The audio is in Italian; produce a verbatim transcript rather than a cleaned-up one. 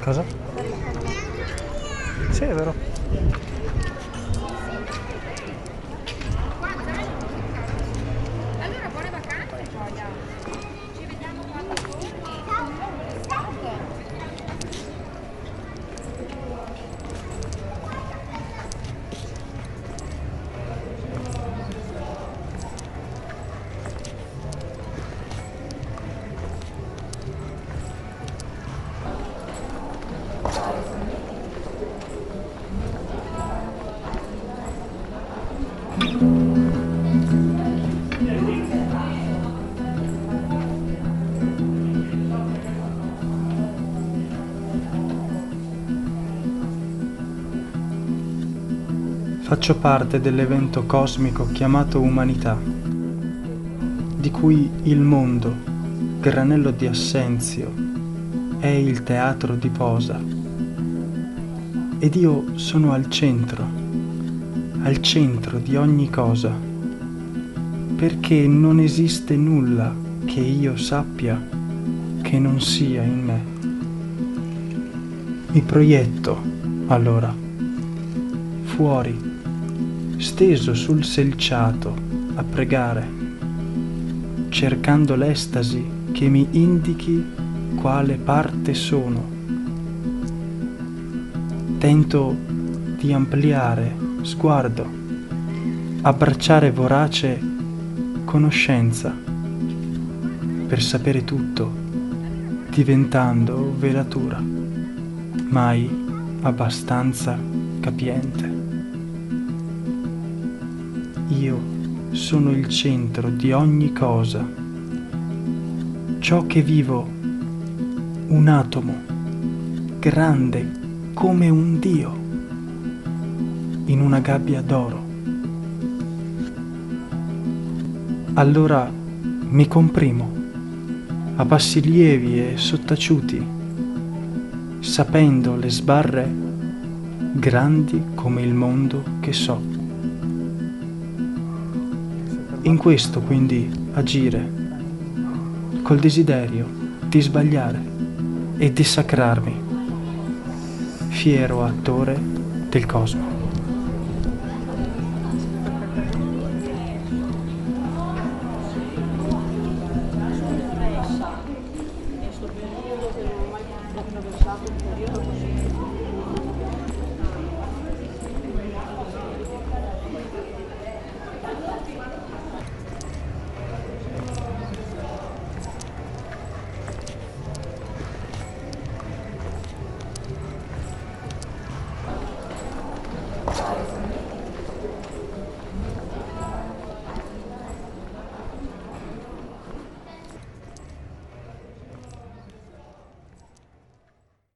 Cosa? Sì, è vero. Allora buone vacanze, Gioia. Ci vediamo quando torni. Buon estate. Faccio parte dell'evento cosmico chiamato umanità, di cui il mondo, granello di Assenzio, è il teatro di posa. Ed io sono al centro, al centro di ogni cosa, perché non esiste nulla che io sappia che non sia in me. Mi proietto, allora, fuori, steso sul selciato a pregare, cercando l'estasi che mi indichi quale parte sono. Tento di ampliare sguardo, abbracciare vorace conoscenza, per sapere tutto, diventando velatura, mai abbastanza capiente. Io sono il centro di ogni cosa, ciò che vivo, un atomo, grande come un dio, in una gabbia d'oro. Allora mi comprimo, a passi lievi e sottaciuti, sapendo le sbarre grandi come il mondo che so. In questo quindi agire, col desiderio di sbagliare e dissacrarmi, fiero attore del cosmo. In questo periodo che non ho mai attraversato un periodo così